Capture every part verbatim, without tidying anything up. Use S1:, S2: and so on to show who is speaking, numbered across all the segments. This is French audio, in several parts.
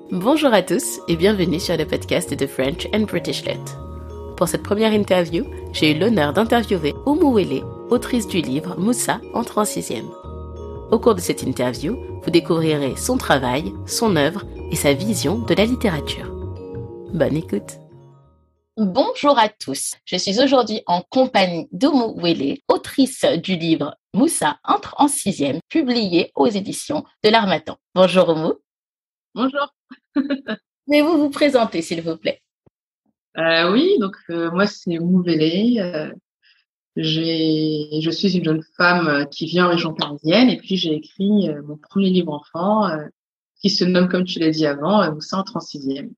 S1: Bonjour à tous et bienvenue sur le podcast de French and British Lit. Pour cette première interview, j'ai eu l'honneur d'interviewer Oumou Wele, autrice du livre Moussa entre en sixième. Au cours de cette interview, vous découvrirez son travail, son œuvre et sa vision de la littérature. Bonne écoute. Bonjour à tous, je suis aujourd'hui en compagnie d'Oumou Wele, autrice du livre Moussa entre en sixième, publié aux éditions de l'Harmattan. Bonjour Oumou.
S2: Bonjour.
S1: Pouvez-vous vous présenter, s'il vous plaît?
S2: Euh, oui, donc euh, moi c'est Oumou Wele. Euh, j'ai, je suis une jeune femme qui vit en région parisienne et puis j'ai écrit euh, mon premier livre enfant euh, qui se nomme, comme tu l'as dit avant, euh, Moussa entre en sixième.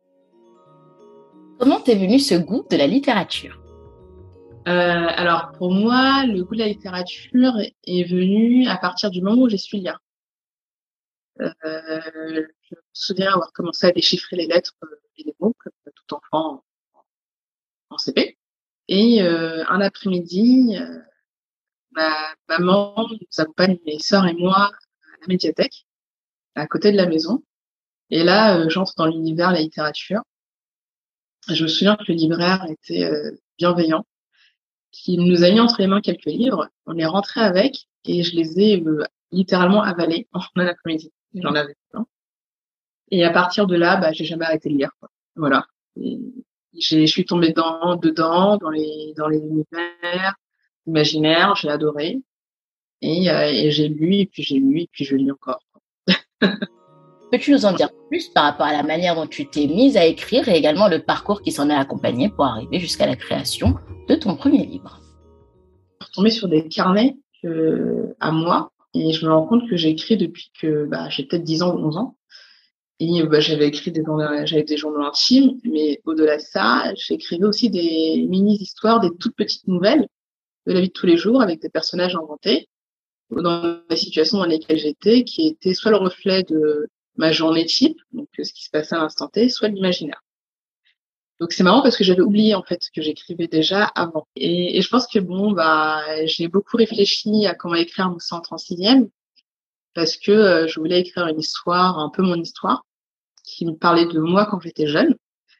S1: Comment t'es venu ce goût de la littérature?
S2: Euh, alors pour moi, le goût de la littérature est venu à partir du moment où j'ai su lire. Euh, je me souviens avoir commencé à déchiffrer les lettres et les mots comme tout enfant en C P. Et euh, un après-midi, euh, ma maman nous accompagne, mes sœurs et moi, à la médiathèque, à côté de la maison. Et là, euh, j'entre dans l'univers de la littérature. Je me souviens que le libraire était euh, bienveillant, qu'il nous a mis entre les mains quelques livres. On est rentré avec et je les ai euh, littéralement avalés en un après-midi. J'en avais plein. Et à partir de là, bah, j'ai jamais arrêté de lire, quoi. Voilà. Et j'ai, je suis tombée dedans, dedans, dans les, dans les univers imaginaires. J'ai adoré. Et, euh, et j'ai lu, et puis j'ai lu, et puis je lis encore.
S1: Peux-tu nous en dire plus par rapport à la manière dont tu t'es mise à écrire et également le parcours qui s'en est accompagné pour arriver jusqu'à la création de ton premier livre?
S2: Je suis tombée sur des carnets que, à moi, et je me rends compte que j'ai écrit depuis que bah, j'ai peut-être dix ans ou onze ans. Et bah, j'avais écrit des journaux, j'avais des journaux intimes, mais au-delà de ça, j'écrivais aussi des mini-histoires, des toutes petites nouvelles de la vie de tous les jours avec des personnages inventés, dans les situations dans lesquelles j'étais, qui étaient soit le reflet de ma journée type, donc ce qui se passait à l'instant T, soit de l'imaginaire. Donc c'est marrant parce que j'avais oublié en fait que j'écrivais déjà avant. Et, et je pense que bon bah j'ai beaucoup réfléchi à comment écrire Moussa entre en sixième parce que euh, je voulais écrire une histoire, un peu mon histoire, qui me parlait de moi quand j'étais jeune.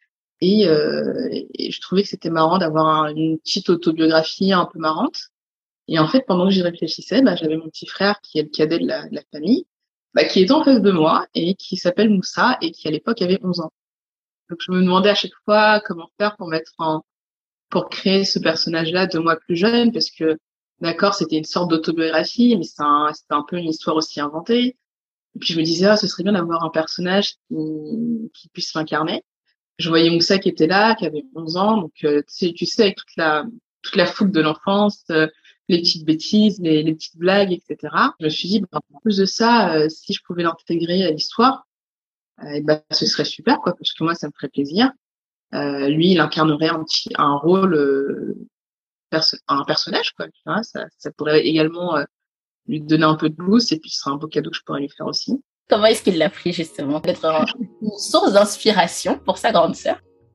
S2: Et, euh, et je trouvais que c'était marrant d'avoir un, une petite autobiographie un peu marrante. Et en fait, pendant que j'y réfléchissais, bah, j'avais mon petit frère qui est le cadet de la, de la famille, bah, qui était en face de moi et qui s'appelle Moussa et qui à l'époque avait onze ans. Donc je me demandais à chaque fois comment faire pour mettre en, pour créer ce personnage-là de moi plus jeune, parce que d'accord, c'était une sorte d'autobiographie, mais c'est un, c'était un peu une histoire aussi inventée. Et puis je me disais, ah, ce serait bien d'avoir un personnage qui, qui puisse m'incarner. Je voyais Moussa qui était là, qui avait onze ans, donc euh, tu sais, tu sais, avec toute la toute la fougue de l'enfance, euh, les petites bêtises, les, les petites blagues, et cetera. Je me suis dit, bah, en plus de ça, euh, si je pouvais l'intégrer à l'histoire, euh, bah, ce serait super, quoi, parce que moi, ça me ferait plaisir. Euh, lui, il incarnerait un petit, un rôle, euh, perso- un personnage, quoi. Tu vois, ça, ça pourrait également euh, lui donner un peu de boost, et puis ce serait un beau cadeau que je pourrais lui faire aussi.
S1: Comment est-ce qu'il l'a pris justement? D'être une source d'inspiration pour sa grande sœur.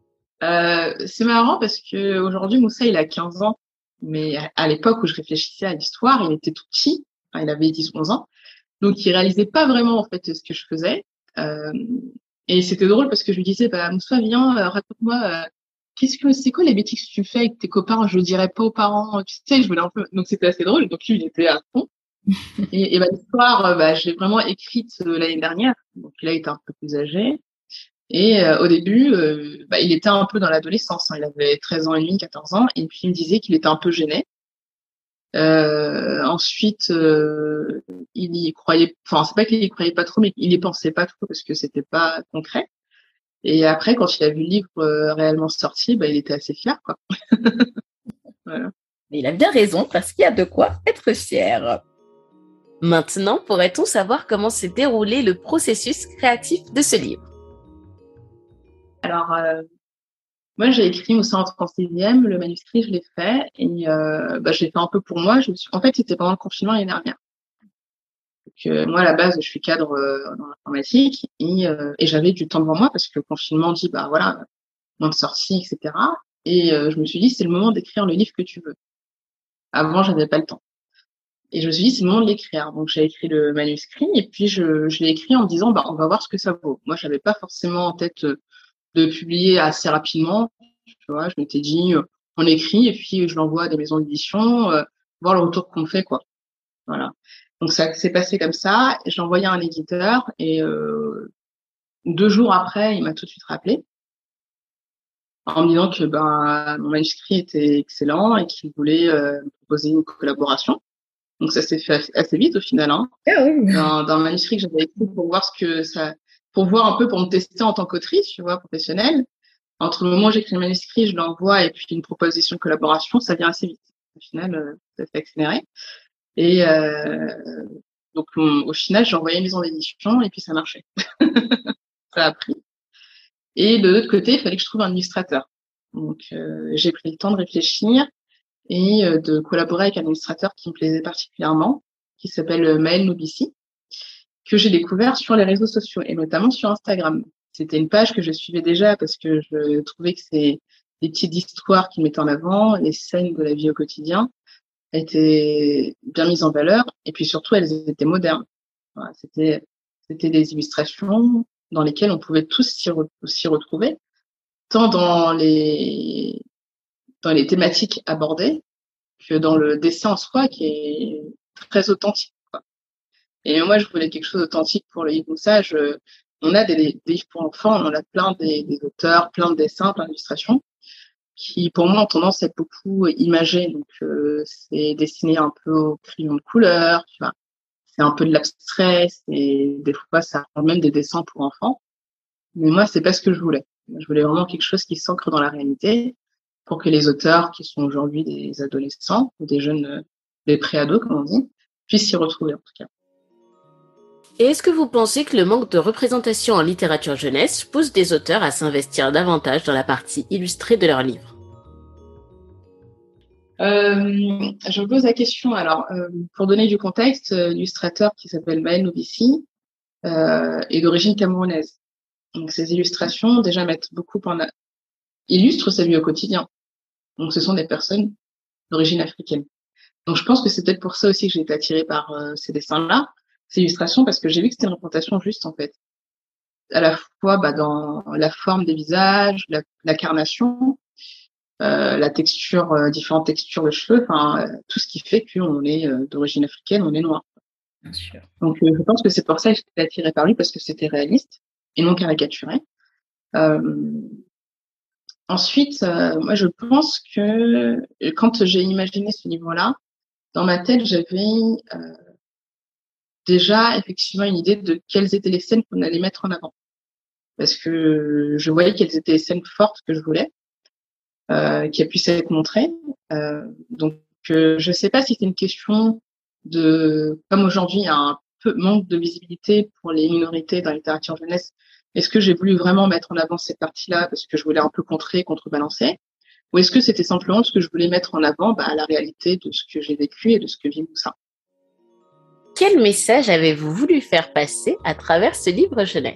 S2: Euh, c'est marrant parce que aujourd'hui, Moussa, il a quinze ans, mais à, à l'époque où je réfléchissais à l'histoire, il était tout petit. Enfin, il avait dix onze ans, donc il réalisait pas vraiment en fait ce que je faisais. Euh, et c'était drôle parce que je lui disais, bah Moussa, viens, euh, raconte-moi, euh, qu'est-ce que c'est quoi les bêtises que tu fais avec tes copains? Je le dirais pas aux parents, tu sais, je voulais un peu. Donc c'était assez drôle. Donc lui, il était à fond. Et, et bah, l'histoire, euh, bah, je l'ai vraiment écrite euh, l'année dernière. Donc là, il était un peu plus âgé. Et euh, au début, euh, bah, il était un peu dans l'adolescence, hein. Il avait treize ans et demi, quatorze ans, et puis il me disait qu'il était un peu gêné. Euh, ensuite, euh, il y croyait, enfin c'est pas qu'il y croyait pas trop, mais il y pensait pas trop parce que c'était pas concret. Et après, quand il a vu le livre euh, réellement sorti, bah, il était assez fier, quoi. Voilà.
S1: Mais il a bien raison parce qu'il y a de quoi être fier. Maintenant, pourrait-on savoir comment s'est déroulé le processus créatif de ce livre?
S2: Alors, euh, moi, j'ai écrit au centre en sixième, le manuscrit, je l'ai fait, et euh, bah, je l'ai fait un peu pour moi. Je me suis... En fait, c'était pendant le confinement l'année dernière. Donc, euh, moi, à la base, je suis cadre euh, dans l'informatique et, euh, et j'avais du temps devant moi parce que le confinement dit, bah voilà, moins de sorties, et cetera. Et euh, je me suis dit, c'est le moment d'écrire le livre que tu veux. Avant, j'avais pas le temps. Et je me suis dit, c'est le moment de l'écrire. Donc, j'ai écrit le manuscrit et puis je, je l'ai écrit en me disant, bah, on va voir ce que ça vaut. Moi, je n'avais pas forcément en tête de publier assez rapidement. Tu vois, je m'étais dit, euh, on écrit et puis je l'envoie à des maisons d'édition, euh, voir le retour qu'on fait, quoi. Voilà. Donc, ça s'est passé comme ça. Je l'ai envoyé à un éditeur et euh, deux jours après, il m'a tout de suite rappelé en me disant que ben, mon manuscrit était excellent et qu'il voulait euh, me proposer une collaboration. Donc ça s'est fait assez vite au final, hein.
S3: Ah oui.
S2: D'un, d'un manuscrit que j'avais écrit pour voir ce que ça, pour voir un peu, pour me tester en tant qu'autrice, tu vois, professionnelle. Entre le moment où j'écris le manuscrit, je l'envoie et puis une proposition de collaboration, ça vient assez vite. Au final, euh, ça s'est accéléré. Et euh, donc on, au final, j'ai envoyé une maison d'édition et puis ça marchait. Ça a pris. Et de l'autre côté, il fallait que je trouve un illustrateur. Donc euh, j'ai pris le temps de réfléchir et euh, de collaborer avec un illustrateur qui me plaisait particulièrement, qui s'appelle Maël Nobici, que j'ai découvert sur les réseaux sociaux et notamment sur Instagram. C'était une page que je suivais déjà parce que je trouvais que c'est des petites histoires qu'il mettait en avant, les scènes de la vie au quotidien étaient bien mises en valeur et puis surtout elles étaient modernes. Voilà, c'était c'était des illustrations dans lesquelles on pouvait tous s'y, re, s'y retrouver, tant dans les dans les thématiques abordées que dans le dessin en soi qui est très authentique, quoi. Et moi, je voulais quelque chose d'authentique pour le livre Moussa. Je, on a des, des livres pour enfants, on a plein des, des auteurs, plein de dessins, plein d'illustrations qui, pour moi, ont tendance à être beaucoup imagées. Donc, euh, c'est dessiné un peu au crayon de couleur, tu vois. C'est un peu de l'abstrait, c'est, des fois, ça rend même des dessins pour enfants. Mais moi, c'est pas ce que je voulais. Je voulais vraiment quelque chose qui s'ancre dans la réalité pour que les auteurs, qui sont aujourd'hui des adolescents ou des jeunes, des pré-ados, comme on dit, puissent s'y retrouver, en tout cas.
S1: Et est-ce que vous pensez que le manque de représentation en littérature jeunesse pousse des auteurs à s'investir davantage dans la partie illustrée de leurs livres ?
S2: Euh, je me pose la question. Alors, euh, pour donner du contexte, l'illustrateur qui s'appelle Maël Nobici euh, est d'origine camerounaise. Donc, ses illustrations déjà mettent beaucoup en a... illustrent sa vie au quotidien. Donc, ce sont des personnes d'origine africaine. Donc, je pense que c'est peut-être pour ça aussi que j'ai été attirée par euh, ces dessins-là, ces illustrations, parce que j'ai vu que c'était une représentation juste, en fait. À la fois bah, dans la forme des visages, la, la carnation, euh, la texture, euh, différentes textures de cheveux, enfin euh, tout ce qui fait qu'on est euh, d'origine africaine, on est noir.
S3: Bien sûr. Donc
S2: euh, je pense que c'est pour ça que j'étais attirée par lui, parce que c'était réaliste et non caricaturé. Euh, ensuite, euh, moi je pense que quand j'ai imaginé ce livre-là, dans ma tête j'avais euh, déjà effectivement une idée de quelles étaient les scènes qu'on allait mettre en avant. Parce que je voyais quelles étaient les scènes fortes que je voulais, euh, qui puissent être montrées. Euh, donc, euh, je ne sais pas si c'est une question de, comme aujourd'hui, il y a un peu manque de visibilité pour les minorités dans la littérature jeunesse. Est-ce que j'ai voulu vraiment mettre en avant cette partie-là parce que je voulais un peu contrer, contrebalancer, ou est-ce que c'était simplement ce que je voulais mettre en avant, bah, la réalité de ce que j'ai vécu et de ce que vit Moussa.
S1: Quel message avez-vous voulu faire passer à travers ce livre jeunesse ?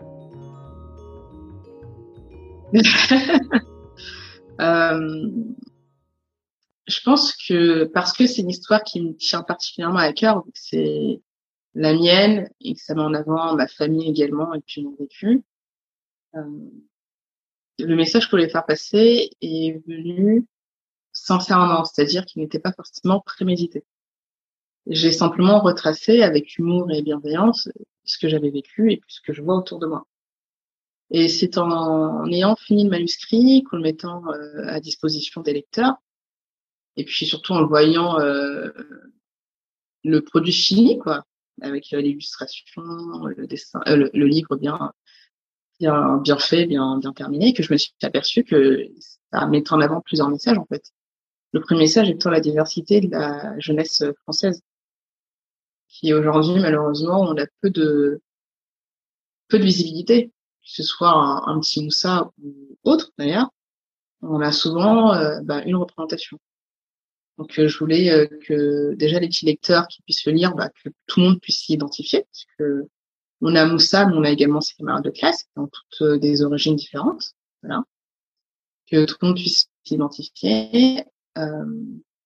S2: euh, je pense que parce que c'est une histoire qui me tient particulièrement à cœur, c'est la mienne et que ça met en avant ma famille également et puis mon vécu. Euh, le message que je voulais faire passer est venu sincèrement, c'est-à-dire qu'il n'était pas forcément prémédité. J'ai simplement retracé avec humour et bienveillance ce que j'avais vécu et ce que je vois autour de moi. Et c'est en, en ayant fini le manuscrit, qu'en le mettant euh, à disposition des lecteurs, et puis surtout en le voyant euh, le produit fini, quoi, avec euh, l'illustration, le dessin, euh, le, le livre bien, bien, bien fait, bien, bien terminé, que je me suis aperçue que ça mettait en avant plusieurs messages, en fait. Le premier message étant la diversité de la jeunesse française, qui aujourd'hui, malheureusement, on a peu de, peu de visibilité, que ce soit un, un petit Moussa ou autre, d'ailleurs. On a souvent euh, bah, une représentation. Donc, euh, je voulais euh, que déjà les petits lecteurs qui puissent le lire, bah, que tout le monde puisse s'y identifier, parce que on a Moussa, mais on a également ses camarades de classe, qui ont toutes euh, des origines différentes. Voilà. Que tout le monde puisse s'identifier. Euh,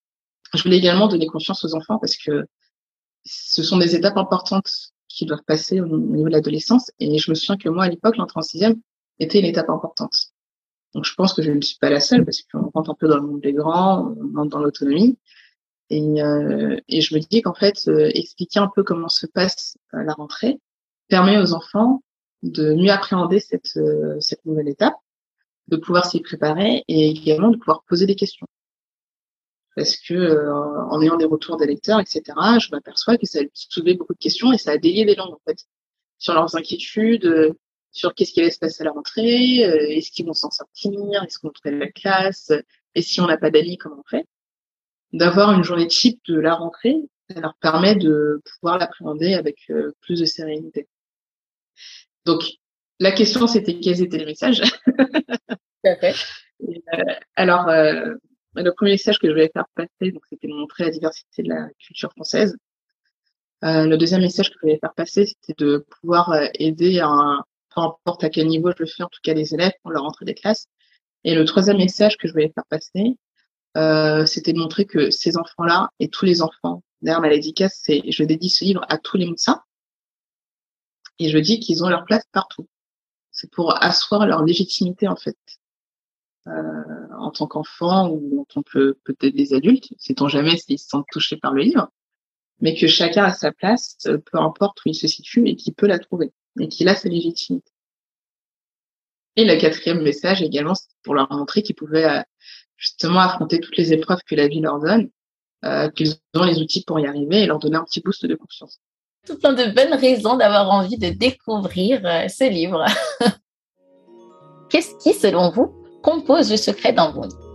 S2: je voulais également donner confiance aux enfants parce que ce sont des étapes importantes qui doivent passer au niveau de l'adolescence. Et je me souviens que moi, à l'époque, l'entrée en sixième était une étape importante. Donc, je pense que je ne suis pas la seule parce qu'on rentre un peu dans le monde des grands, on rentre dans l'autonomie. Et, euh, et je me dis qu'en fait, euh, expliquer un peu comment se passe euh, la rentrée permet aux enfants de mieux appréhender cette, euh, cette nouvelle étape, de pouvoir s'y préparer et également de pouvoir poser des questions. Parce que euh, en ayant des retours des lecteurs, et cetera, je m'aperçois que ça a soulevé beaucoup de questions et ça a délié des langues en fait sur leurs inquiétudes, euh, sur qu'est-ce qui allait se passer à la rentrée, euh, est-ce qu'ils vont s'en sortir, est-ce qu'on trouve la classe, et si on n'a pas d'amis, comment on fait. D'avoir une journée type de la rentrée, ça leur permet de pouvoir l'appréhender avec euh, plus de sérénité. Donc, la question, c'était quels étaient les messages.
S1: Tout à fait.
S2: Et, euh, alors, euh, le premier message que je voulais faire passer, donc, c'était de montrer la diversité de la culture française. Euh, le deuxième message que je voulais faire passer, c'était de pouvoir euh, aider, à, peu importe à quel niveau je le fais, en tout cas les élèves pour leur rentrée des classes. Et le troisième message que je voulais faire passer, euh, c'était de montrer que ces enfants-là et tous les enfants, d'ailleurs ma dédicace, c'est je dédie ce livre à tous les Moussa et je dis qu'ils ont leur place partout. C'est pour asseoir leur légitimité en fait, euh, en tant qu'enfant ou en tant que peut-être des adultes, sait-on jamais s'ils se sentent touchés par le livre, mais que chacun a sa place, peu importe où il se situe et qu'il peut la trouver et qu'il a sa légitimité. Et le quatrième message également, c'est pour leur montrer qu'ils pouvaient euh, justement affronter toutes les épreuves que la vie leur donne, euh, qu'ils ont les outils pour y arriver et leur donner un petit boost de confiance.
S1: Tout plein de bonnes raisons d'avoir envie de découvrir euh, ce livre. Qu'est-ce qui, selon vous, compose le secret d'un bon livre?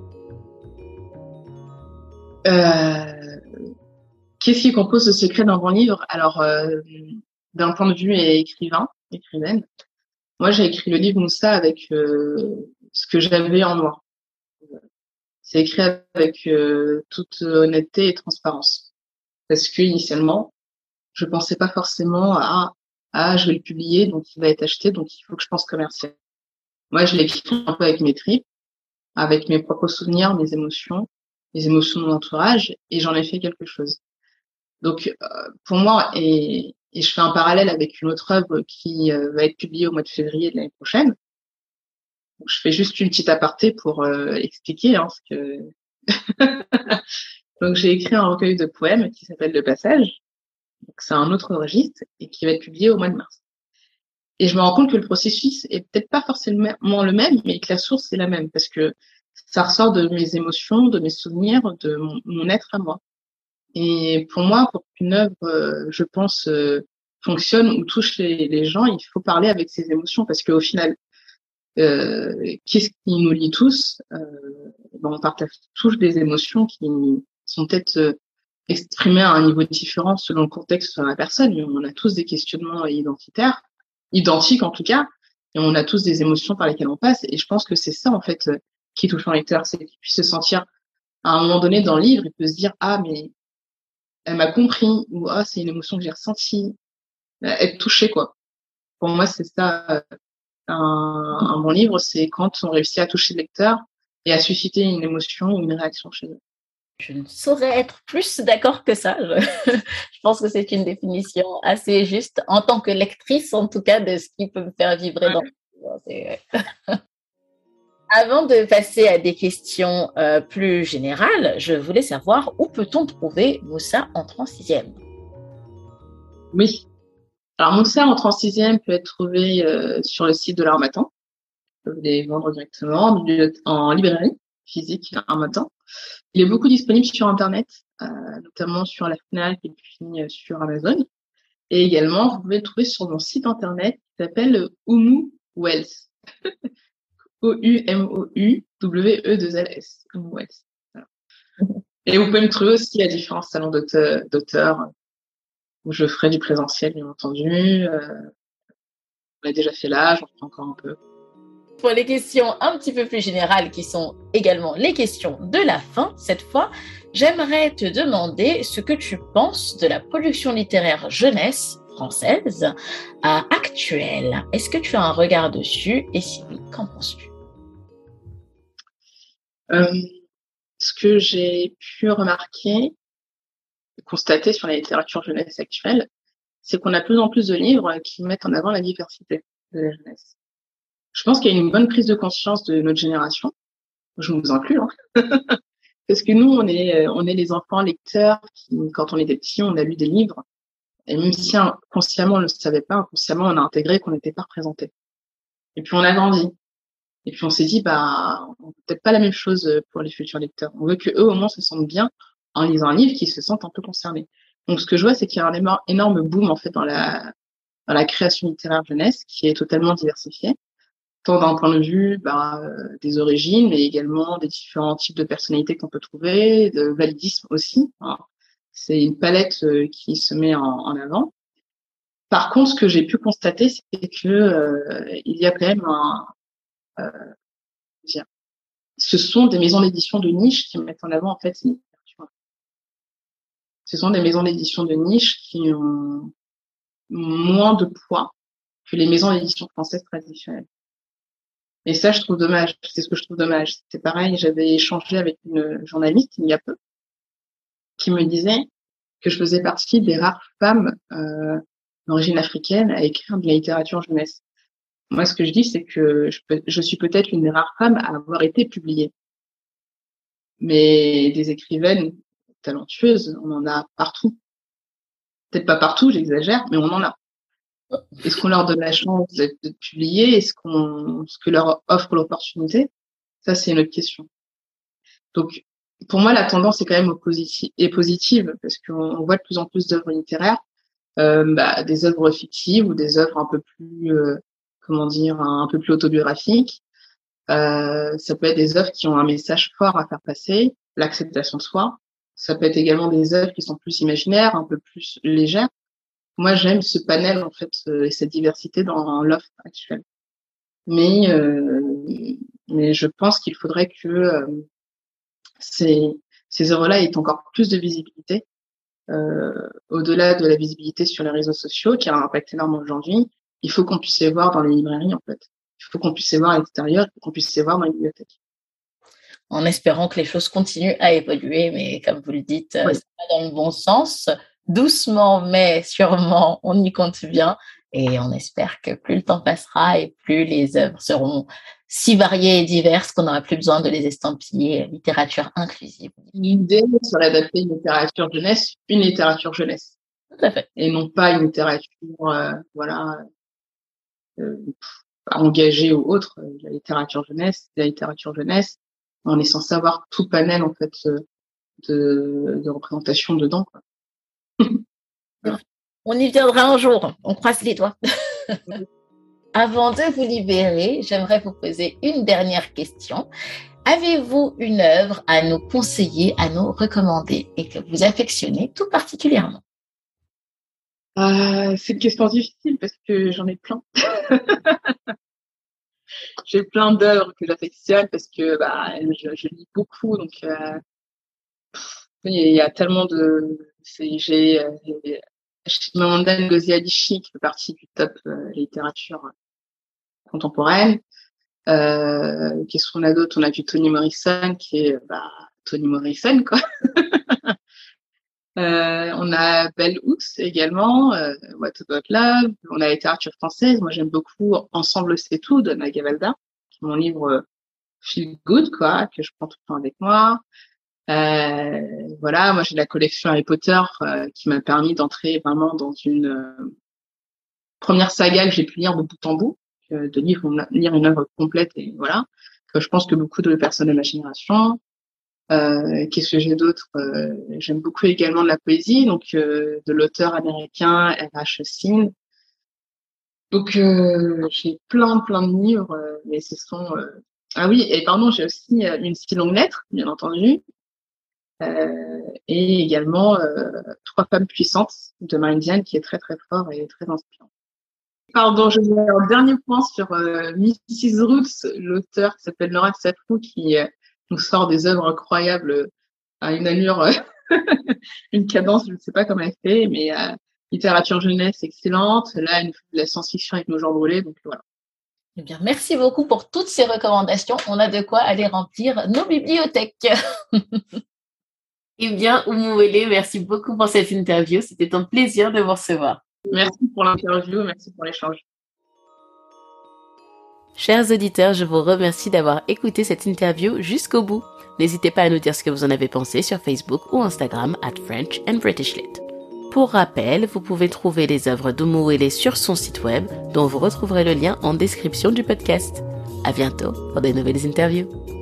S2: euh, Qu'est-ce qui compose le secret d'un bon livre? Alors, euh, d'un point de vue écrivain, écrivaine, moi j'ai écrit le livre Moussa avec euh, ce que j'avais en moi. C'est écrit avec euh, toute honnêteté et transparence. Parce que initialement, je pensais pas forcément à ah je vais le publier donc il va être acheté donc il faut que je pense commercial. Moi je l'ai écrit un peu avec mes tripes, avec mes propres souvenirs, mes émotions, les émotions de mon entourage et j'en ai fait quelque chose. Donc euh, pour moi et, et je fais un parallèle avec une autre œuvre qui euh, va être publiée au mois de février de l'année prochaine. Donc, je fais juste une petite aparté pour euh, expliquer hein, ce que donc j'ai écrit un recueil de poèmes qui s'appelle Le Passage. Donc c'est un autre registre et qui va être publié au mois de mars. Et je me rends compte que le processus est peut-être pas forcément le même, mais que la source est la même parce que ça ressort de mes émotions, de mes souvenirs, de mon, mon être à moi. Et pour moi, pour qu'une œuvre, euh, je pense, euh, fonctionne ou touche les, les gens, il faut parler avec ses émotions parce qu'au final, euh, qu'est-ce qui nous lie tous euh, ben on partage tous des émotions qui sont peut-être euh, exprimées à un niveau différent selon le contexte de la personne, mais on a tous des questionnements identitaires, identiques en tout cas, et on a tous des émotions par lesquelles on passe. Et je pense que c'est ça en fait euh, qui touche un lecteur, c'est qu'il puisse se sentir à un moment donné dans le livre, il peut se dire ah mais elle m'a compris ou ah c'est une émotion que j'ai ressentie, être touché quoi. Pour moi c'est ça. Un, un bon livre, c'est quand on réussit à toucher le lecteur et à susciter une émotion ou une réaction chez eux.
S1: Je ne saurais être plus d'accord que ça. Je, je pense que c'est une définition assez juste, en tant que lectrice, en tout cas, de ce qui peut me faire vibrer ouais. dans le livre. Avant de passer à des questions euh, plus générales, je voulais savoir où peut-on trouver Moussa entrée en sixième?
S2: Oui. Alors, Moussa entrée en sixième peut être trouvé euh, sur le site de l'Harmattan. Vous pouvez les vendre directement en librairie physique Harmattan. Il est beaucoup disponible sur Internet, euh, notamment sur la Fnac et puis euh, sur Amazon. Et également, vous pouvez le trouver sur mon site Internet qui s'appelle Oumou Wells. O U M O U W E deux L S. Oumou Wells. Voilà. Et vous pouvez me trouver aussi à différents salons d'auteurs où je ferai du présentiel, bien entendu. Euh, on a déjà fait là, j'en ferai encore un peu.
S1: Pour les questions un petit peu plus générales, qui sont également les questions de la fin, cette fois, j'aimerais te demander ce que tu penses de la production littéraire jeunesse française euh, actuelle. Est-ce que tu as un regard dessus? Et si oui, qu'en penses-tu?
S2: euh, ce que j'ai pu remarquer, constater sur la littérature jeunesse actuelle, c'est qu'on a de plus en plus de livres qui mettent en avant la diversité de la jeunesse. Je pense qu'il y a une bonne prise de conscience de notre génération. Je vous inclus, hein. Parce que nous, on est, on est les enfants lecteurs qui, quand on était petits, on a lu des livres. Et même si inconsciemment on ne le savait pas, inconsciemment on a intégré qu'on n'était pas représenté. Et puis on a grandi. Et puis on s'est dit, bah, on veut peut-être pas la même chose pour les futurs lecteurs. On veut que eux au moins se sentent bien en lisant un livre, qu'ils se sentent un peu concernés. Donc ce que je vois, c'est qu'il y a un énorme boom en fait dans la dans la création littéraire jeunesse qui est totalement diversifiée, tant d'un point de vue bah, euh, des origines, mais également des différents types de personnalités qu'on peut trouver, de validisme aussi. Alors, c'est une palette euh, qui se met en, en avant. Par contre, ce que j'ai pu constater, c'est que euh, il y a quand même un euh, dire, ce sont des maisons d'édition de niche qui mettent en avant en fait une littérature. Ce sont des maisons d'édition de niche qui ont moins de poids que les maisons d'édition françaises traditionnelles. Et ça, je trouve dommage. C'est ce que je trouve dommage. C'est pareil, j'avais échangé avec une journaliste il y a peu qui me disait que je faisais partie des rares femmes euh, d'origine africaine à écrire de la littérature jeunesse. Moi, ce que je dis, c'est que je, peux, je suis peut-être une des rares femmes à avoir été publiée. Mais des écrivaines talentueuses, on en a partout. Peut-être pas partout, j'exagère, mais on en a. Est-ce qu'on leur donne la chance d'être de publier? Est-ce qu'on, est-ce que leur offre l'opportunité? Ça, c'est une autre question. Donc, pour moi, la tendance est quand même au positif, est positive parce qu'on voit de plus en plus d'œuvres littéraires, euh, bah, des œuvres fictives ou des œuvres un peu plus, euh, comment dire, un, un peu plus autobiographiques. Euh, ça peut être des œuvres qui ont un message fort à faire passer, l'acceptation de soi. Ça peut être également des œuvres qui sont plus imaginaires, un peu plus légères. Moi, j'aime ce panel en fait euh, et cette diversité dans l'offre actuelle. Mais euh, mais je pense qu'il faudrait que euh, ces ces œuvres-là aient encore plus de visibilité, euh, au-delà de la visibilité sur les réseaux sociaux qui a un impact énorme aujourd'hui. Il faut qu'on puisse les voir dans les librairies en fait. Il faut qu'on puisse les voir à l'extérieur, qu'on puisse les voir dans les bibliothèques.
S3: En espérant que les choses continuent à évoluer, mais comme vous le dites, oui. Ça va dans le bon sens. Doucement, mais sûrement, on y compte bien. Et on espère que plus le temps passera et plus les œuvres seront si variées et diverses qu'on n'aura plus besoin de les estampiller littérature inclusive.
S2: L'idée serait d'appeler une littérature jeunesse une littérature jeunesse.
S3: Tout à fait.
S2: Et non pas une littérature, euh, voilà, euh, engagée ou autre. La littérature jeunesse, la littérature jeunesse, on est censé avoir tout panel en fait de, de représentation dedans, quoi.
S3: Voilà. On y viendra un jour, on croise les doigts. Avant de vous libérer, j'aimerais vous poser une dernière question. Avez-vous une œuvre à nous conseiller, à nous recommander et que vous affectionnez tout particulièrement?
S2: euh, C'est une question difficile parce que j'en ai plein. J'ai plein d'œuvres que j'affectionne parce que bah, je, je lis beaucoup, donc euh, il y a tellement de... C'est, j'ai... Euh, Chimamanda Ngozi Adichie qui fait partie du top euh, littérature contemporaine. Euh, qu'est-ce qu'on a d'autre? On a du Toni Morrison qui est bah, Toni Morrison quoi. euh, on a Bell Hooks également, euh, What About Love. On a la littérature française. Moi j'aime beaucoup Ensemble c'est tout de Nadia Valda, qui est mon livre euh, feel good quoi, que je prends tout le temps avec moi. Euh, voilà, moi j'ai la collection Harry Potter euh, qui m'a permis d'entrer vraiment dans une euh, première saga que j'ai pu lire de bout en bout, euh, de lire une, lire une œuvre complète et voilà. Que je pense que beaucoup de personnes de ma génération. Euh, qu'est-ce que j'ai d'autre? euh, J'aime beaucoup également de la poésie, donc euh, de l'auteur américain R H Sin. Donc euh, j'ai plein plein de livres, euh, mais ce sont euh... ah oui et pardon j'ai aussi euh, une si longue lettre bien entendu. Euh, et également euh, Trois femmes puissantes de Marine Diane qui est très très fort et très inspirant. Pardon, je vais un dernier point sur euh, missus Roots, l'auteur qui s'appelle Nora Safou qui euh, nous sort des œuvres incroyables euh, à une allure, euh, une cadence, je ne sais pas comment elle fait, mais euh, littérature jeunesse excellente. Là, elle nous fait de la science-fiction avec Nos jours brûlés, donc voilà.
S3: Eh bien, merci beaucoup pour toutes ces recommandations. On a de quoi aller remplir nos bibliothèques.
S1: Eh bien, Oumouwélé, merci beaucoup pour cette interview. C'était un plaisir de vous recevoir.
S2: Merci pour l'interview, merci pour l'échange.
S1: Chers auditeurs, je vous remercie d'avoir écouté cette interview jusqu'au bout. N'hésitez pas à nous dire ce que vous en avez pensé sur Facebook ou Instagram at French and British Lit. Pour rappel, vous pouvez trouver les œuvres d'Oumouwélé sur son site web, dont vous retrouverez le lien en description du podcast. À bientôt pour de nouvelles interviews.